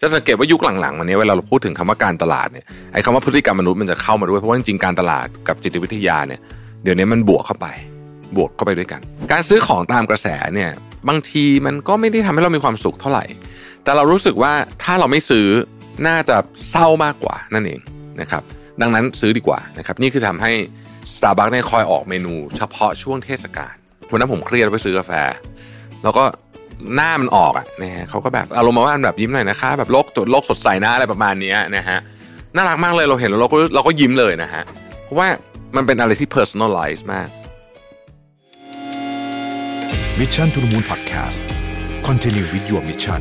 จะสังเกตว่ายุคหลังๆวันนี้เวลาเราพูดถึงคำว่าการตลาดเนี่ยไอ้คำว่าพฤติกรรมมนุษย์มันจะเข้ามาด้วยเพราะว่าจริงๆการตลาดกับจิตวิทยาเนี่ยเดี๋ยวนี้มันบวกเข้าไปด้วยกันการซื้อของตามกระแสเนี่ยบางทีมันก็ไม่ได้ทำให้เรามีความสุขเท่าไหร่แต่เรารู้สึกว่าถ้าเราไม่ซื้อน่าจะเศร้ามากกว่านั่นเองนะครับดังนั้นซื้อดีกว่านะครับนี่คือทำให้ Starbucks เนี่ยคอยออกเมนูเฉพาะช่วงเทศกาลวันนั้นผมเครียดไปซื้อกาแฟแล้วก็หน้ามันออกอ่ะนะฮะเขาก็แบบอารมณ์มาว่าแบบยิ้มหน่อยนะคะแบบโลกสดใสนะอะไรประมาณนี้นะฮะน่ารักมากเลยเราเห็นแล้วเราก็ยิ้มเลยนะฮะเพราะว่ามันเป็นอะไรที่ personalize มาก Mission to the Moon Podcast Continue with your mission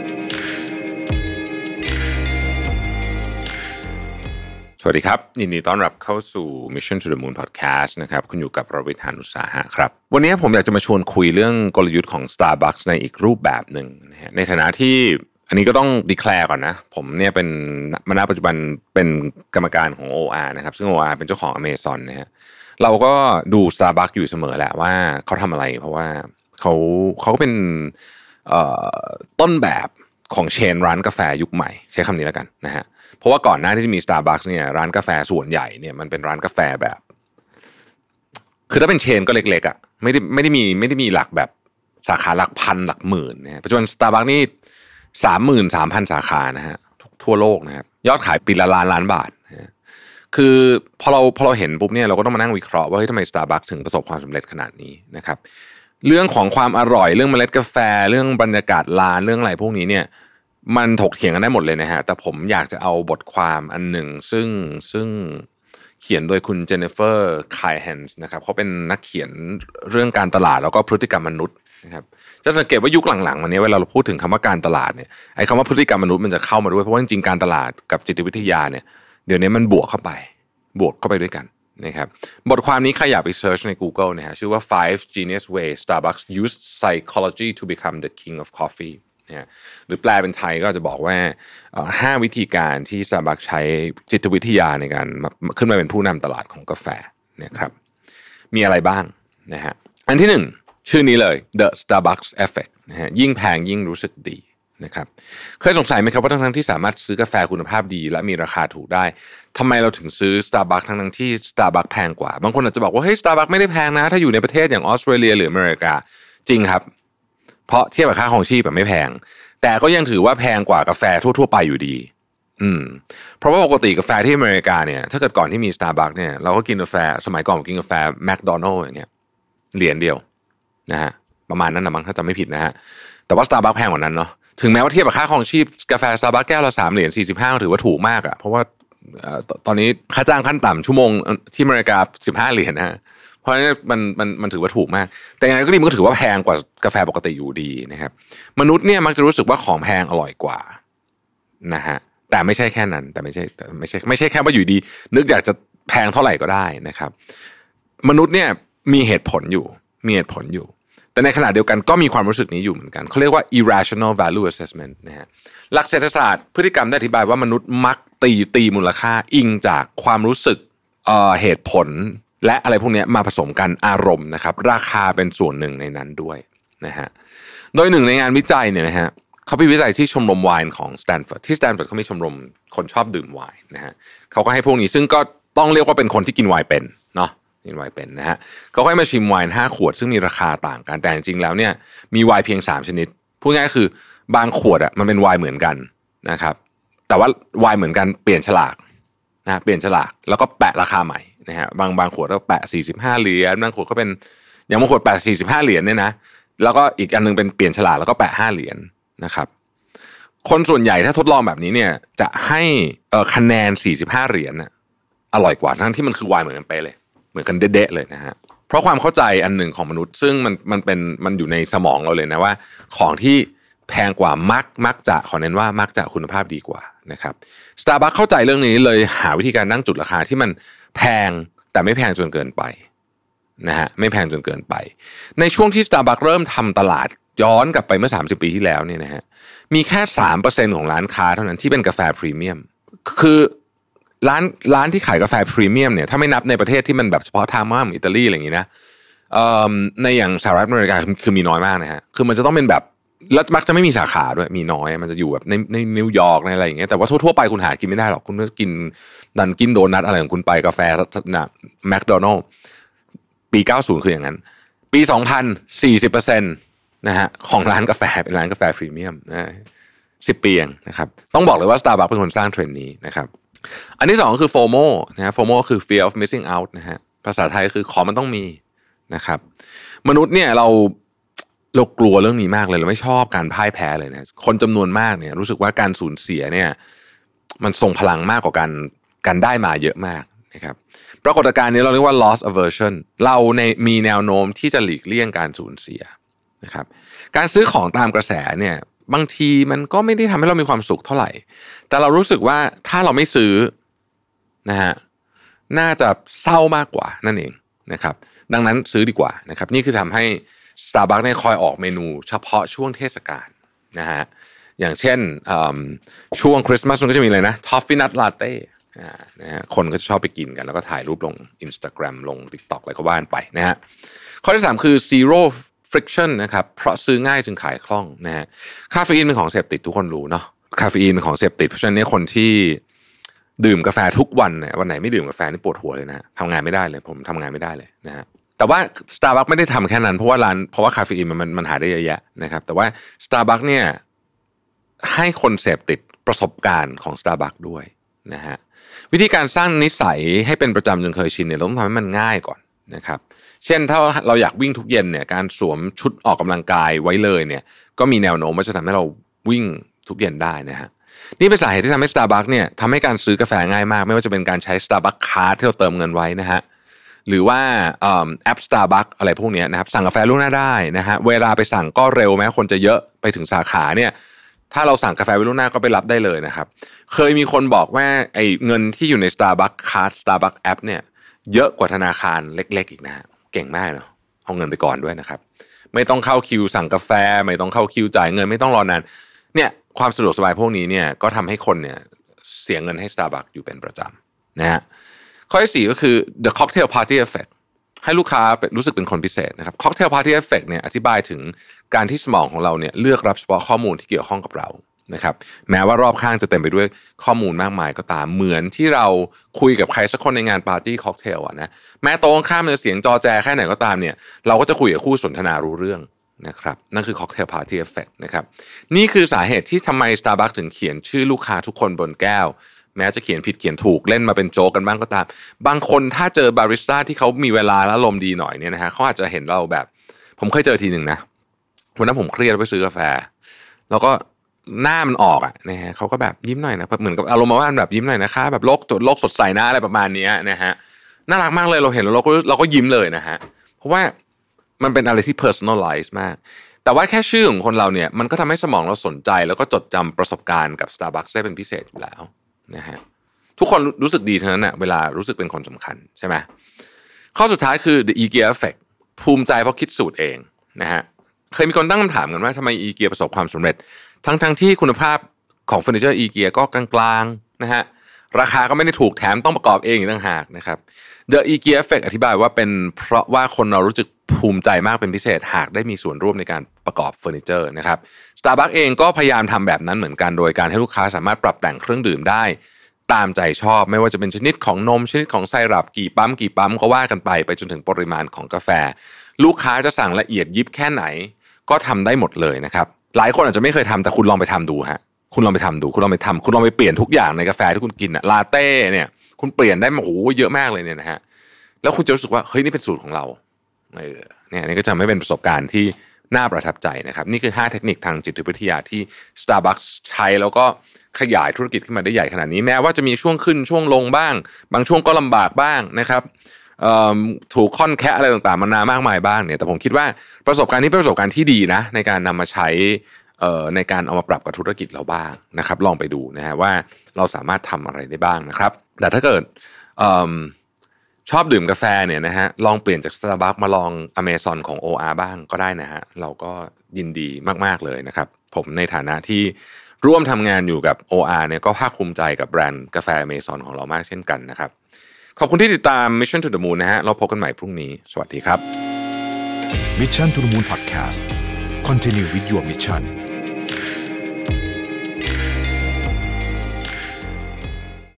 สวัสดีครับยินดีต้อนรับเข้าสู่ Mission to the Moon Podcast นะครับคุณอยู่กับรวิทย์ หาญอุตสาหะครับวันนี้ผมอยากจะมาชวนคุยเรื่องกลยุทธ์ของ Starbucks ในอีกรูปแบบหนึ่งนะฮะในฐานะที่อันนี้ก็ต้อง declare ก่อนนะผมเนี่ยเป็นณปัจจุบันเป็นกรรมการของ OR นะครับซึ่ง OR เป็นเจ้าของ Amazon นะฮะเราก็ดู Starbucks อยู่เสมอแหละว่าเขาทำอะไรเพราะว่าเขาก็เป็นต้นแบบของเชนร้านกาแฟยุคใหม่ใช้คำนี้แล้วกันนะฮะเพราะว่าก่อนหน้าที่จะมี Starbucks เนี่ยร้านกาแฟส่วนใหญ่เนี่ยมันเป็นร้านกาแฟแบบคือถ้าเป็นเชนก็เล็กๆอ่ะไม่ได้มีหลักแบบสาขาหลักพันหลักหมื่นนะฮะปัจจุบัน Starbucks นี่ 33,000 สาขานะฮะทั่วโลกนะครับยอดขายปีละล้านบาทนะคือพอเราเห็นปุ๊บเนี่ยเราก็ต้องมานั่งวิเคราะห์ว่าเฮ้ยทำไม Starbucks ถึงประสบความสำเร็จขนาดนี้นะครับเรื่องของความอร่อยเรื่องเมล็ดกาแฟเรื่องบรรยากาศร้านเรื่องอะไรพวกนี้เนี่ยมันถกเถียงกันได้หมดเลยนะฮะแต่ผมอยากจะเอาบทความอันหนึ่งซึ่งเขียนโดยคุณเจนนิเฟอร์ไคลแฮนส์นะครับเขาเป็นนักเขียนเรื่องการตลาดแล้วก็พฤติกรรมมนุษย์นะครับจะสังเกตว่ายุคหลังๆวันนี้เวลาเราพูดถึงคำว่าการตลาดเนี่ยไอ้คำว่าพฤติกรรมมนุษย์มันจะเข้ามาด้วยเพราะว่าจริงๆการตลาดกับจิตวิทยาเนี่ยเดี๋ยวนี้มันบวกเข้าไปด้วยกันนะครับบทความนี้ใครอยากไปเซิร์ชใน Google นะฮะชื่อว่า 5 Genius Ways Starbucks Used Psychology to Become the King of Coffee นะฮะหรือแปลเป็นไทยก็จะบอกว่า5 วิธีการที่ Starbucks ใช้จิตวิทยาในการขึ้นมาเป็นผู้นำตลาดของกาแฟนะครับมีอะไรบ้างนะฮะอันที่1ชื่อนี้เลย The Starbucks Effect นะฮะยิ่งแพงยิ่งรู้สึกดีนะครับเคยสงสัยไหมครับว่าทั้งที่สามารถซื้อกาแฟคุณภาพดีและมีราคาถูกได้ทำไมเราถึงซื้อ Starbucks ทั้งที่ Starbucks แพงกว่าบางคนอาจจะบอกว่าเฮ้ย Starbucks ไม่ได้แพงนะถ้าอยู่ในประเทศอย่างออสเตรเลียหรืออเมริกาจริงครับเพราะเทียบกับค่าครองชีพแบบไม่แพงแต่ก็ยังถือว่าแพงกว่ากาแฟทั่วๆไปอยู่ดีเพราะว่าปกติกาแฟที่อเมริกาเนี่ยถ้าเกิดก่อนที่มี Starbucks เนี่ยเราก็กินกาแฟสมัยก่อนกินกาแฟแมคโดนัลด์อย่างเงี้ยเหรียญเดียวนะฮะประมาณนั้นนะมั้งถ้าจำไม่ผิดนะฮะแต่ว่า Starbucks แพงกว่านั้นเนาะถึงแม้ว่าเทียบกับค่าครองชีพกาแฟ Starbucks แก้วละ$3.45ถือว่าถูกมากอ่ะเพราะว่าตอนนี้ค่าจ้างขั้นต่ำชั่วโมงที่อเมริกา$15นะฮะเพราะฉะนั้นมันถือว่าถูกมากแต่อย่างไรก็ดีมันก็ถือว่าแพงกว่ากาแฟปกติอยู่ดีนะครับมนุษย์เนี่ยมักจะรู้สึกว่าของแพงอร่อยกว่านะฮะแต่ไม่ใช่แค่นั้นแต่ไม่ใช่แค่ว่าอยู่ดีนึกอยากจะแพงเท่าไหร่ก็ได้นะครับมนุษย์เนี่ยมีเหตุผลอยู่แต่ในขณะเดียวกันก็มีความรู้สึกนี้อยู่เหมือนกันเขาเรียกว่า irrational value assessment นะฮะหลักเศรษฐศาสตร์พฤติกรรมได้อธิบายว่ามนุษย์มักตีมูลค่าอิงจากความรู้สึกเหตุผลและอะไรพวกนี้มาผสมกันอารมณ์นะครับราคาเป็นส่วนหนึ่งในนั้นด้วยนะฮะโดยหนึ่งในงานวิจัยเนี่ยนะฮะเขาไปวิจัยที่ชมรมไวน์ของสแตนฟอร์ดที่สแตนฟอร์ดเขามีชมรมคนชอบดื่มไวน์นะฮะเขาก็ให้พวกนี้ซึ่งก็ต้องเรียกว่าเป็นคนที่กินไวน์เป็นเนาะกินไวน์เป็นนะฮะเขาให้มาชิมไวน์5 ขวดซึ่งมีราคาต่างกันแต่จริงๆแล้วเนี่ยมีไวน์เพียง3 ชนิดพูดง่ายๆคือบางขวดอ่ะมันเป็นไวน์เหมือนกันนะครับแต่ว่าไวน์เหมือนกันเปลี่ยนฉลากนะเปลี่ยนฉลากแล้วก็แปะราคาใหม่นะฮะบางขวดก็แปะ$45บางขวดก็เป็นอย่างบางขวดแปะ$45เนี่ยนะแล้วก็อีกอันนึงเป็นเปลี่ยนฉลากแล้วก็แปะ$5นะครับคนส่วนใหญ่ถ้าทดลองแบบนี้เนี่ยจะให้คะแนน$45น่ะอร่อยกว่าทั้งที่มันคือไวน์เหมือนกันไปเลยเหมือนกันเด๊ะๆเลยนะฮะเพราะความเข้าใจอันหนึ่งของมนุษย์ซึ่งมันอยู่ในสมองเราเลยนะว่าของที่แพงกว่ามักจะขอเน้นว่ามักจะคุณภาพดีกว่านะครับ Starbucks เข้าใจเรื่องนี้เลยหาวิธีการตั้งจุดราคาที่มันแพงแต่ไม่แพงจนเกินไปนะฮะไม่แพงจนเกินไปในช่วงที่ Starbucks เริ่มทำตลาดย้อนกลับไปเมื่อ30 ปีที่แล้วเนี่ยนะฮะมีแค่ 3% ของร้านค้าเท่านั้นที่เป็นกาแฟพรีเมียมคือร้านที่ขายกาแฟพรีเมียมเนี่ยถ้าไม่นับในประเทศที่มันแบบเฉพาะทางมากอิตาลีอะไรอย่างงี้นะในอย่างสหรัฐอเมริกาคือมีน้อยมากนะฮะคือมันจะต้องเป็นแบบแล้วมักจะไม่มีสาขาด้วยมีน้อยมันจะอยู่แบบในนิวยอร์กในอะไรอย่างเงี้ยแต่ว่าทั่วๆไปคุณหากินไม่ได้หรอกคุณก็กินดันกินโดนัทอะไรของคุณไปกาแฟนะแมคโดนัลด์ปี90คืออย่างนั้นปี2000 40%นะฮะของร้านกาแฟเป็นร้านกาแฟพรีเมียมนะ10 ปีเองนะครับต้องบอกเลยว่า Starbucks เป็นคนสร้างเทรนด์นี้นะครับอันที่2ก็คือ FOMO นะฮะ FOMO คือ Fear of Missing Out นะฮะภาษาไทยคือของมันต้องมีนะครับมนุษย์เนี่ยเรากลัวเรื่องนี้มากเลยเราไม่ชอบการพ่ายแพ้เลยนะคนจำนวนมากเนี่ยรู้สึกว่าการสูญเสียเนี่ยมันทรงพลังมากกว่าการได้มาเยอะมากนะครับปรากฏการณ์นี้เราเรียกว่า loss aversion เรามีแนวโน้มที่จะหลีกเลี่ยงการสูญเสียนะครับการซื้อของตามกระแสเนี่ยบางทีมันก็ไม่ได้ทำให้เรามีความสุขเท่าไหร่แต่เรารู้สึกว่าถ้าเราไม่ซื้อนะฮะน่าจะเศร้ามากกว่านั่นเองนะครับดังนั้นซื้อดีกว่านะครับนี่คือทำให้ Starbucks เนี่ยคอยออกเมนูเฉพาะช่วงเทศกาลนะฮะอย่างเช่นช่วงคริสต์มาสมันก็จะมีเลยนะทอฟฟี่นัทลาเต้นะฮะคนก็จะชอบไปกินกันแล้วก็ถ่ายรูปลง Instagram ลง TikTok อะไรก็ว่าไปนะฮะข้อที่3คือ zero friction นะครับเพราะซื้อง่ายจึงขายคล่องนะฮะคาเฟอีนเป็นของเสพติดทุกคนรู้เนาะคาเฟอีนเป็นของเสพติดเพราะฉะนั้นเนี่ยคนที่ดื่มกาแฟทุกวันเนี่ยวันไหนไม่ดื่มกาแฟนี่ปวดหัวเลยนะทำงานไม่ได้เลยผมทำงานไม่ได้เลยนะฮะแต่ว่า Starbucks ไม่ได้ทำแค่นั้นเพราะว่าคาเฟอีนมันหาได้เยอะแยะนะครับแต่ว่า Starbucks เนี่ยให้คนเสพติดประสบการณ์ของ Starbucks ด้วยนะฮะวิธีการสร้างนิสัยให้เป็นประจำจนเคยชินเนี่ยเราต้องทำให้มันง่ายก่อนนะครับเช่นถ้าเราอยากวิ่งทุกเย็นเนี่ยการสวมชุดออกกำลังกายไว้เลยเนี่ยก็มีแนวโน้มว่าจะทำให้เราวิ่งทุกเย็นได้นะฮะนี่เป็นสาเหตุที่ทำให้ Starbucks เนี่ยทำให้การซื้อกาแฟง่ายมากไม่ว่าจะเป็นการใช้ Starbucks Card ที่เราเติมเงินไว้นะฮะหรือว่าแอป Starbucks อะไรพวกนี้นะครับสั่งกาแฟล่วงหน้าได้นะฮะเวลาไปสั่งก็เร็วแม้คนจะเยอะไปถึงสาขาเนี่ยถ้าเราสั่งกาแฟไว้ล่วงหน้าก็ไปรับได้เลยนะครับเคยมีคนบอกว่าไอ้เงินที่อยู่ใน Starbucks Card Starbucks App เนี่ยเยอะกว่าธนาคารเล็กๆอีกนะฮะเก่งมากเนาะเอาเงินไปก่อนด้วยนะครับไม่ต้องเข้าคิวสั่งกาแฟไม่ต้องเข้าคิวจ่ายเงินไม่ต้องรอนานเนี่ยความสะดวกสบายพวกนี้เนี่ยก็ทำให้คนเนี่ยเสียเงินให้ Starbucks อยู่เป็นประจำนะฮะข้อที่4ก็คือ the cocktail party effect ให้ลูกค้ารู้สึกเป็นคนพิเศษนะครับ cocktail party effect เนี่ยอธิบายถึงการที่สมองของเราเนี่ยเลือกรับเฉพาะข้อมูลที่เกี่ยวข้องกับเรานะครับแม้ว่ารอบข้างจะเต็มไปด้วยข้อมูลมากมายก็ตามเหมือนที่เราคุยกับใครสักคนในงานปาร์ตี้ค็อกเทลนะแม้โต๊ะข้ามจะเสียงจอแจแค่ไหนก็ตามเนี่ยเราก็จะคุยกับคู่สนทนารู้เรื่องนะครับนั่นคือ cocktail party effect นะครับนี่คือสาเหตุที่ทำไม Starbucks ถึงเขียนชื่อลูกค้าทุกคนบนแก้วแม้จะเขียนผิดเขียนถูกเล่นมาเป็นโจ๊กกันบ้างก็ตามบางคนถ้าเจอบาริสต้าที่เขามีเวลาและอารมณ์ดีหน่อยเนี่ยนะฮะเขาอาจจะเห็นเราแบบผมเคยเจอทีหนึ่งนะวันนั้นผมเครียดไปซื้อกาแฟแล้วก็หน้ามันออกอ่ะนะฮะเขาก็แบบยิ้มหน่อยนะเหมือนกับอารมณ์ว่าแบบยิ้มหน่อยนะคะแบบโลกสดใสนะอะไรประมาณนี้นะฮะน่ารักมากเลยเราเห็นแล้วเราก็ยิ้มเลยนะฮะเพราะว่ามันเป็นอะไรที่ personalize มากแต่ว่าแค่ชื่อของคนเราเนี่ยมันก็ทำให้สมองเราสนใจแล้วก็จดจำประสบการณ์กับ Starbucks ได้เป็นพิเศษอยู่แล้วนะฮะทุกคนรู้สึกดีทั้งนั้นนะเวลารู้สึกเป็นคนสำคัญใช่ไหมข้อสุดท้ายคือ the IKEA effect ภูมิใจเพราะคิดสูตรเองนะฮะเคยมีคนตั้งคำถามกันว่าทำไม IKEA ประสบความสำเร็จทั้งที่คุณภาพของเฟอร์นิเจอร์ IKEA ก็กลางๆนะฮะราคาก็ไม่ได้ถูกแถมต้องประกอบเองอีกต่างหากนะครับ The IKEA effect อธิบายว่าเป็นเพราะว่าคนเรารู้สึกภูมิใจมากเป็นพิเศษหากได้มีส่วนร่วมในการประกอบเฟอร์นิเจอร์นะครับ Starbucks เองก็พยายามทำแบบนั้นเหมือนกันโดยการให้ลูกค้าสามารถปรับแต่งเครื่องดื่มได้ตามใจชอบไม่ว่าจะเป็นชนิดของนมชนิดของไซรัปกี่ปั๊มก็ว่ากันไปจนถึงปริมาณของกาแฟลูกค้าจะสั่งละเอียดยิบแค่ไหนก็ทำได้หมดเลยนะครับหลายคนอาจจะไม่เคยทำแต่คุณลองไปทำดูฮะคุณลองไปเปลี่ยนทุกอย่างในกาแฟที่คุณกินอะลาเต้เนี่ยคุณเปลี่ยนได้โอ้โหเยอะมากเลยเนี่ยนะฮะแล้วคุณจะรู้สึกว่าเฮ้ยนี่เป็นสูตรของเราเนี่ยนี่ก็จะไม่เป็นประสบการณ์ที่น่าประทับใจนะครับนี่คือ5เทคนิคทางจิตวิทยาที่ Starbucks ใช้แล้วก็ขยายธุรกิจขึ้นมาได้ใหญ่ขนาดนี้แม้ว่าจะมีช่วงขึ้นช่วงลงบ้างบางช่วงก็ลำบากบ้างนะครับถูกค่อนแคะอะไรต่างๆมามากมายบ้างเนี่ยแต่ผมคิดว่าประสบการณ์นี้เป็นประสบการณ์ที่ดีนะในการนำมาใช้ในการเอามาปรับกับธุรกิจเราบ้างนะครับลองไปดูนะฮะว่าเราสามารถทำอะไรได้บ้างนะครับแต่ถ้าเกิดชอบดื่มกาแฟเนี่ยนะฮะลองเปลี่ยนจาก Starbucks มาลอง Amazon ของ OR บ้างก็ได้นะฮะเราก็ยินดีมากๆเลยนะครับผมในฐานะที่ร่วมทำงานอยู่กับ OR เนี่ยก็ภาคภูมิใจกับแบรนด์กาแฟ Amazon ของเรามากเช่นกันนะครับขอบคุณที่ติดตาม Mission to the Moon นะฮะเราพบกันใหม่พรุ่งนี้สวัสดีครับ Mission to the Moon Podcast Continue with your mission